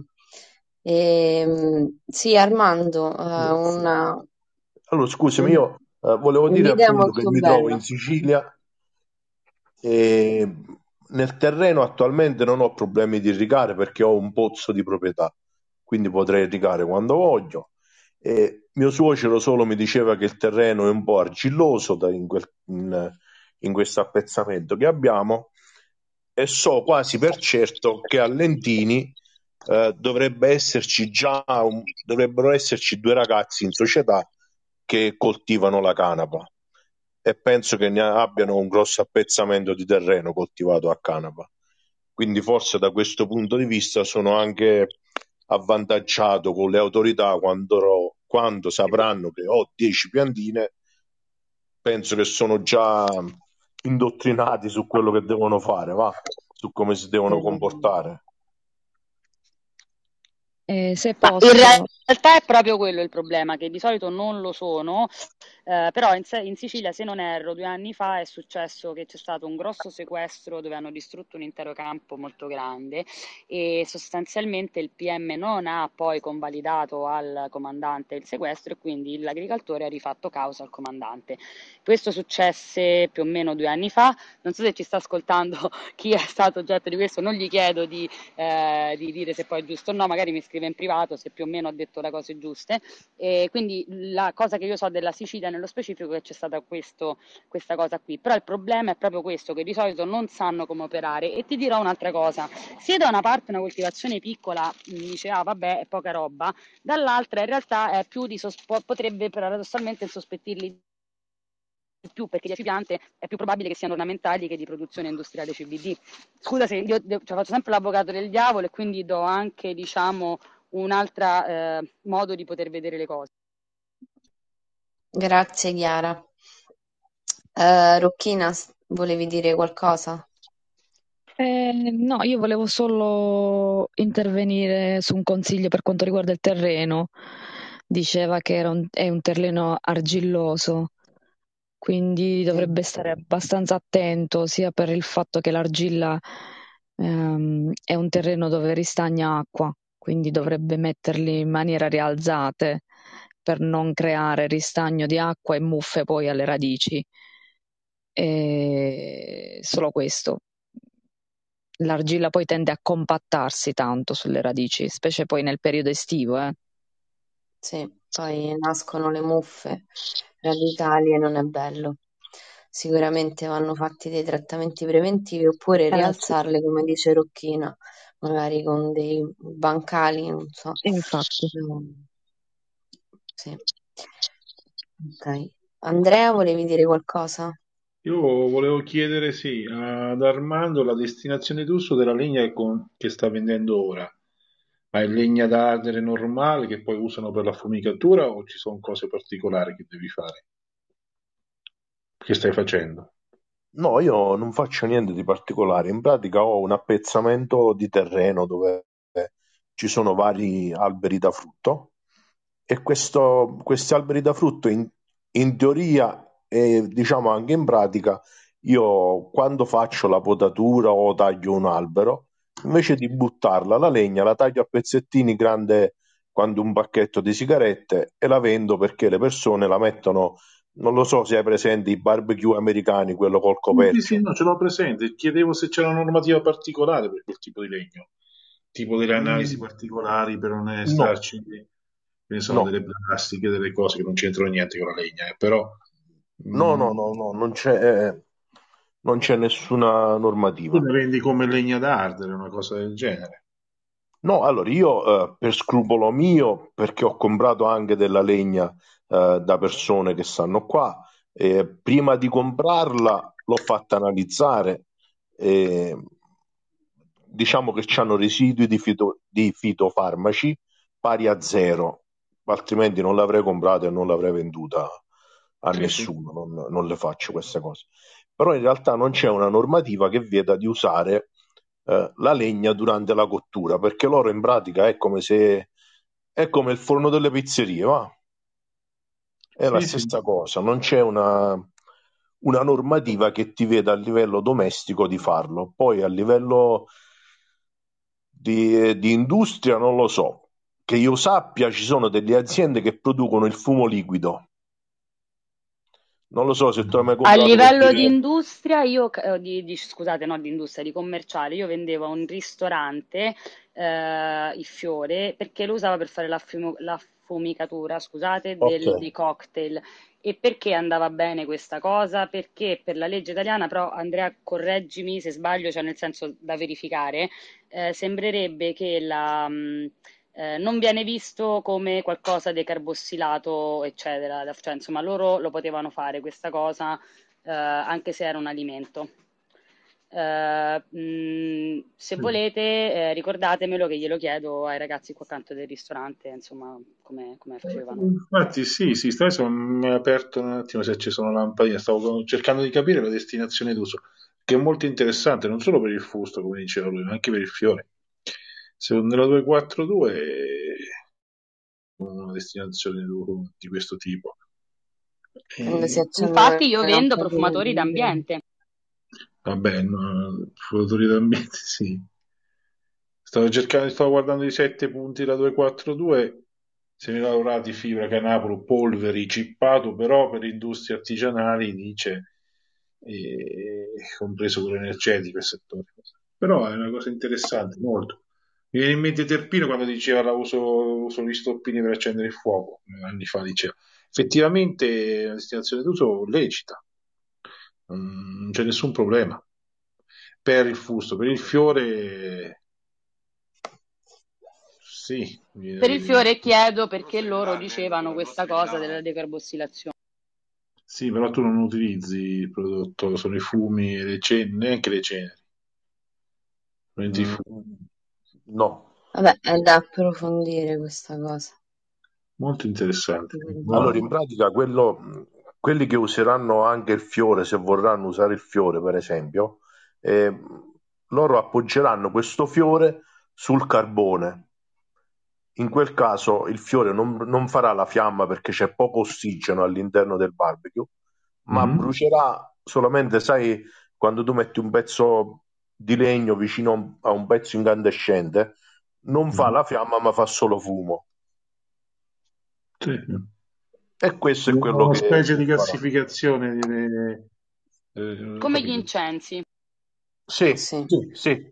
Sì, Armando, Allora, scusami, io volevo dire un'idea appunto che molto mi trovo in bella. Sicilia e nel terreno attualmente non ho problemi di irrigare perché ho un pozzo di proprietà, quindi potrei irrigare quando voglio. E mio suocero solo mi diceva che il terreno è un po' argilloso in questo appezzamento che abbiamo e so quasi per certo che a Lentini dovrebbero esserci due ragazzi in società che coltivano la canapa e penso che ne abbiano un grosso appezzamento di terreno coltivato a canapa. Quindi forse da questo punto di vista sono anche avvantaggiato con le autorità quando sapranno che ho 10 piantine, penso che sono già indottrinati su quello che devono fare, su come si devono comportare. Se Ma in posso, realtà è proprio quello il problema, che di solito non lo sono, però in Sicilia, se non erro, 2 anni fa è successo che c'è stato un grosso sequestro dove hanno distrutto un intero campo molto grande e sostanzialmente il PM non ha poi convalidato al comandante il sequestro e quindi l'agricoltore ha rifatto causa al comandante. Questo successe più o meno 2 anni fa, non so se ci sta ascoltando chi è stato oggetto di questo, non gli chiedo di dire se poi è giusto o no, magari mi scrive in privato se più o meno ha detto le cose giuste. E quindi la cosa che io so della Sicilia nello specifico è che c'è stata questa cosa qui, però il problema è proprio questo, che di solito non sanno come operare. E ti dirò un'altra cosa, se da una parte una coltivazione piccola dice ah vabbè è poca roba, dall'altra in realtà è più potrebbe paradossalmente insospettirli di più perché 10 piante è più probabile che siano ornamentali che di produzione industriale CBD. Scusa se io faccio sempre l'avvocato del diavolo e quindi do anche, diciamo, un altro modo di poter vedere le cose. Grazie Chiara. Rocchina, volevi dire qualcosa? no, io volevo solo intervenire su un consiglio per quanto riguarda il terreno. Diceva che è un terreno argilloso, quindi Sì. dovrebbe stare abbastanza attento sia per il fatto che l'argilla è un terreno dove ristagna acqua, quindi dovrebbe metterli in maniera rialzate per non creare ristagno di acqua e muffe poi alle radici. E solo questo. L'argilla poi tende a compattarsi tanto sulle radici, specie poi nel periodo estivo. Sì, poi nascono le muffe radicali e non è bello. Sicuramente vanno fatti dei trattamenti preventivi oppure Sì, rialzarle, come dice Rocchina, magari con dei bancali, non so. infatti. Sì. Ok. Andrea, volevi dire qualcosa? Io volevo chiedere, sì, ad Armando la destinazione d'uso della legna che sta vendendo ora. Ma è legna da ardere normale che poi usano per la fumicatura o ci sono cose particolari che devi fare? Che stai facendo? No, io non faccio niente di particolare, in pratica ho un appezzamento di terreno dove ci sono vari alberi da frutto e questi alberi da frutto in teoria e diciamo anche in pratica io quando faccio la potatura o taglio un albero, invece di buttarla la legna la taglio a pezzettini grande quanto un pacchetto di sigarette e la vendo perché le persone la mettono, non lo so se hai presente i barbecue americani, quello col Sì, sì, coperchio. no, ce l'ho presente. Chiedevo se c'era una normativa particolare per quel tipo di legno, tipo delle analisi Mm, particolari per non no, starci ne sono No, delle plastiche, delle cose che non c'entrano niente con la legna, però no, mm, no, no, no, non c'è nessuna tu normativa. le vendi come legna da ardere, una cosa del genere. No, allora io per scrupolo mio, perché ho comprato anche della legna da persone che stanno qua, prima di comprarla l'ho fatta analizzare, e diciamo che c'hanno residui di fitofarmaci pari a zero, altrimenti non l'avrei comprata e non l'avrei venduta a Sì, sì. nessuno, non le faccio queste cose. Però in realtà non c'è una normativa che vieta di usare la legna durante la cottura, perché loro in pratica è come il forno delle pizzerie, va? È la Sì, sì. stessa cosa, non c'è una normativa che ti veda a livello domestico di farlo. Poi a livello di industria non lo so. Che io sappia, ci sono delle aziende che producono il fumo liquido. Non lo so se tu hai mai A comprato livello di questi. industria, scusate, no, di industria, di commerciale, io vendevo a un ristorante il fiore perché lo usava per fare la fumicatura, scusate, Ok, dei cocktail. E perché andava bene questa cosa? Perché per la legge italiana, però Andrea, correggimi se sbaglio, cioè nel senso da verificare, sembrerebbe che non viene visto come qualcosa decarbossilato, eccetera. Cioè, insomma, loro lo potevano fare questa cosa anche se era un alimento. Se Sì. volete, ricordatemelo che glielo chiedo ai ragazzi qua accanto del ristorante, insomma, come facevano. Infatti sì, sì, adesso mi ha aperto un attimo se ci sono lampadine, stavo cercando di capire la destinazione d'uso, che è molto interessante non solo per il fusto, come diceva lui, ma anche per il fiore. Nella 242 è una destinazione d'uso di questo tipo. Quando si E, accendono Infatti io le vendo lampadine. profumatori d'ambiente. vabbè, no, fruitori d'ambiente, sì. Stavo guardando i 7 punti della 242, semilavorati, fibra, canapolo, polveri, cippato, però per industrie artigianali dice, compreso quello energetico il settore. Però è una cosa interessante, molto. Mi viene in mente Terpino quando diceva uso gli stoppini per accendere il fuoco, anni fa diceva. Effettivamente è una destinazione d'uso lecita, non c'è nessun problema. Per il fusto, per il fiore, sì, mi viene da Per il dire. fiore chiedo perché loro dicevano questa cosa della decarbossilazione. Sì, però tu non utilizzi il prodotto, sono i fumi e le ceneri, neanche le ceneri, prendi i fumi. mm, no. Vabbè, è da approfondire questa cosa. Molto interessante. Allora, in Buono. pratica, quelli che useranno anche il fiore, se vorranno usare il fiore, per esempio, eh, loro appoggeranno questo fiore sul carbone. In quel caso il fiore non farà la fiamma perché c'è poco ossigeno all'interno del barbecue, ma Mhm. brucerà solamente, sai, quando tu metti un pezzo di legno vicino a un pezzo incandescente, non fa Mhm. la fiamma, ma fa solo fumo. Sì. E questo è quello Una specie che di farà. gassificazione Come gli capito? incensi. Sì, Sì. sì,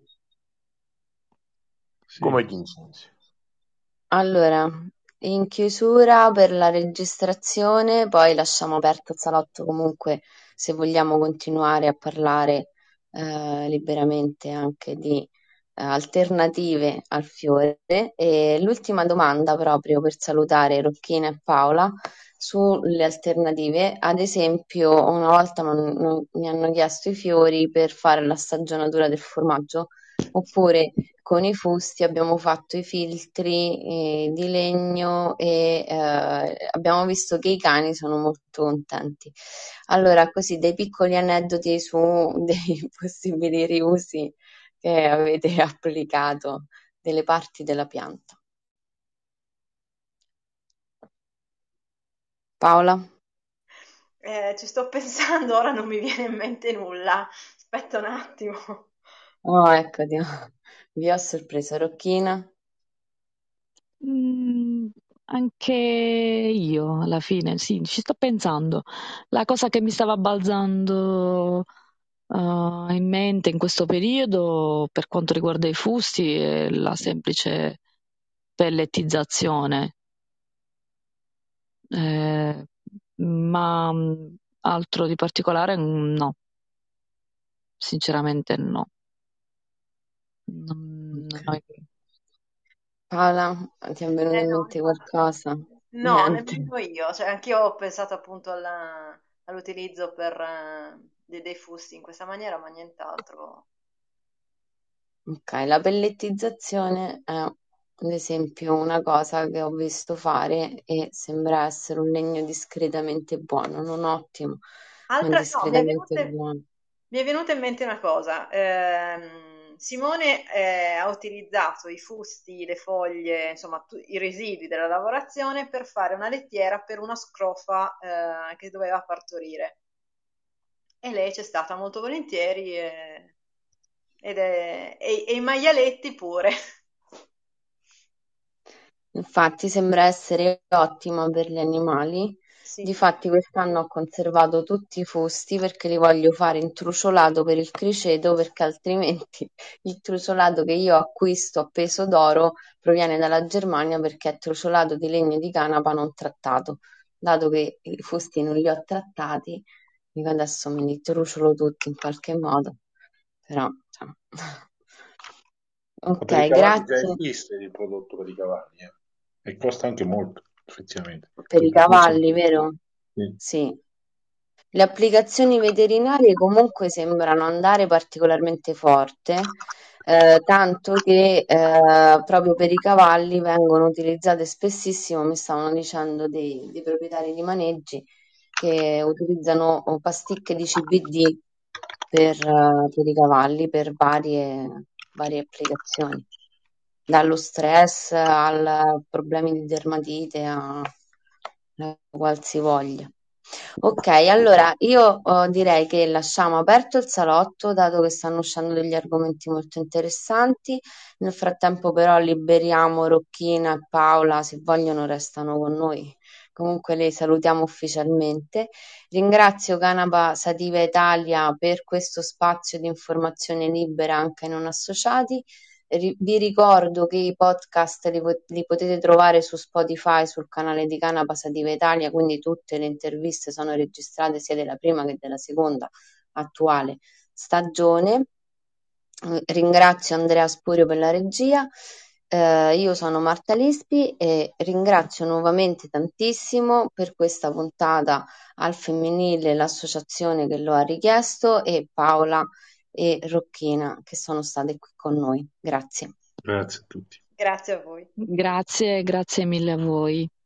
come Sì. gli incensi. Allora, in chiusura per la registrazione, poi lasciamo aperto il salotto comunque se vogliamo continuare a parlare liberamente anche di alternative al fiore. E l'ultima domanda proprio per salutare Rocchina e Paola sulle alternative. Ad esempio, una volta mi hanno chiesto i fiori per fare la stagionatura del formaggio, oppure con i fusti abbiamo fatto i filtri di legno e abbiamo visto che i cani sono molto contenti. Allora, così dei piccoli aneddoti su dei possibili riusi che avete applicato delle parti della pianta. Paola? Ci sto pensando, ora non mi viene in mente nulla. Aspetta un attimo. Oh, ecco, vi ho sorpreso. Rocchina? Mm, anche io alla fine, sì, ci sto pensando. La cosa che mi stava balzando in mente in questo periodo per quanto riguarda i fusti è la semplice pelletizzazione. ma altro di particolare no, sinceramente no. Non ho idea. Paola, ti è venuto in No, mente qualcosa? no, Niente. nemmeno io, cioè anch'io ho pensato appunto all'utilizzo per dei fusti in questa maniera, ma nient'altro. Ok, la pellettizzazione è ad esempio una cosa che ho visto fare e sembra essere un legno discretamente buono, non ottimo, ma No, discretamente buono. mi è venuta in mente una cosa. Simone ha utilizzato i fusti, le foglie, insomma, i residui della lavorazione per fare una lettiera per una scrofa che doveva partorire. E lei c'è stata molto volentieri e i maialetti pure. Infatti sembra essere ottima per gli animali. Sì. Difatti quest'anno ho conservato tutti i fusti perché li voglio fare in truciolato per il criceto perché altrimenti il truciolato che io acquisto a peso d'oro proviene dalla Germania perché è truciolato di legno di canapa non trattato. Dato che i fusti non li ho trattati, dico adesso me li truciolo tutti in qualche modo. Però, cioè. Ma Ok, per i cavalli già grazie. esiste il prodotto per i cavalli, e costa anche molto, effettivamente. Per Il i prezzo cavalli, vero? sì. Sì. Le applicazioni veterinarie comunque sembrano andare particolarmente forte, tanto che proprio per i cavalli vengono utilizzate spessissimo, mi stavano dicendo dei proprietari di maneggi che utilizzano pasticche di CBD per i cavalli, per varie applicazioni, dallo stress al problemi di dermatite a qualsivoglia. Ok, allora io direi che lasciamo aperto il salotto, dato che stanno uscendo degli argomenti molto interessanti. Nel frattempo, però, liberiamo Rocchina e Paola, se vogliono, restano con noi. Comunque, le salutiamo ufficialmente. Ringrazio Canapa Sativa Italia per questo spazio di informazione libera anche ai non associati. Vi ricordo che i podcast li potete trovare su Spotify, sul canale di Canapa Sativa Italia, quindi tutte le interviste sono registrate sia della prima che della seconda attuale stagione. Ringrazio Andrea Spurio per la regia. Io sono Marta Lispi e ringrazio nuovamente tantissimo per questa puntata al femminile l'associazione che lo ha richiesto e Paola e Rocchina che sono state qui con noi. Grazie. Grazie a tutti. Grazie a voi. Grazie mille a voi.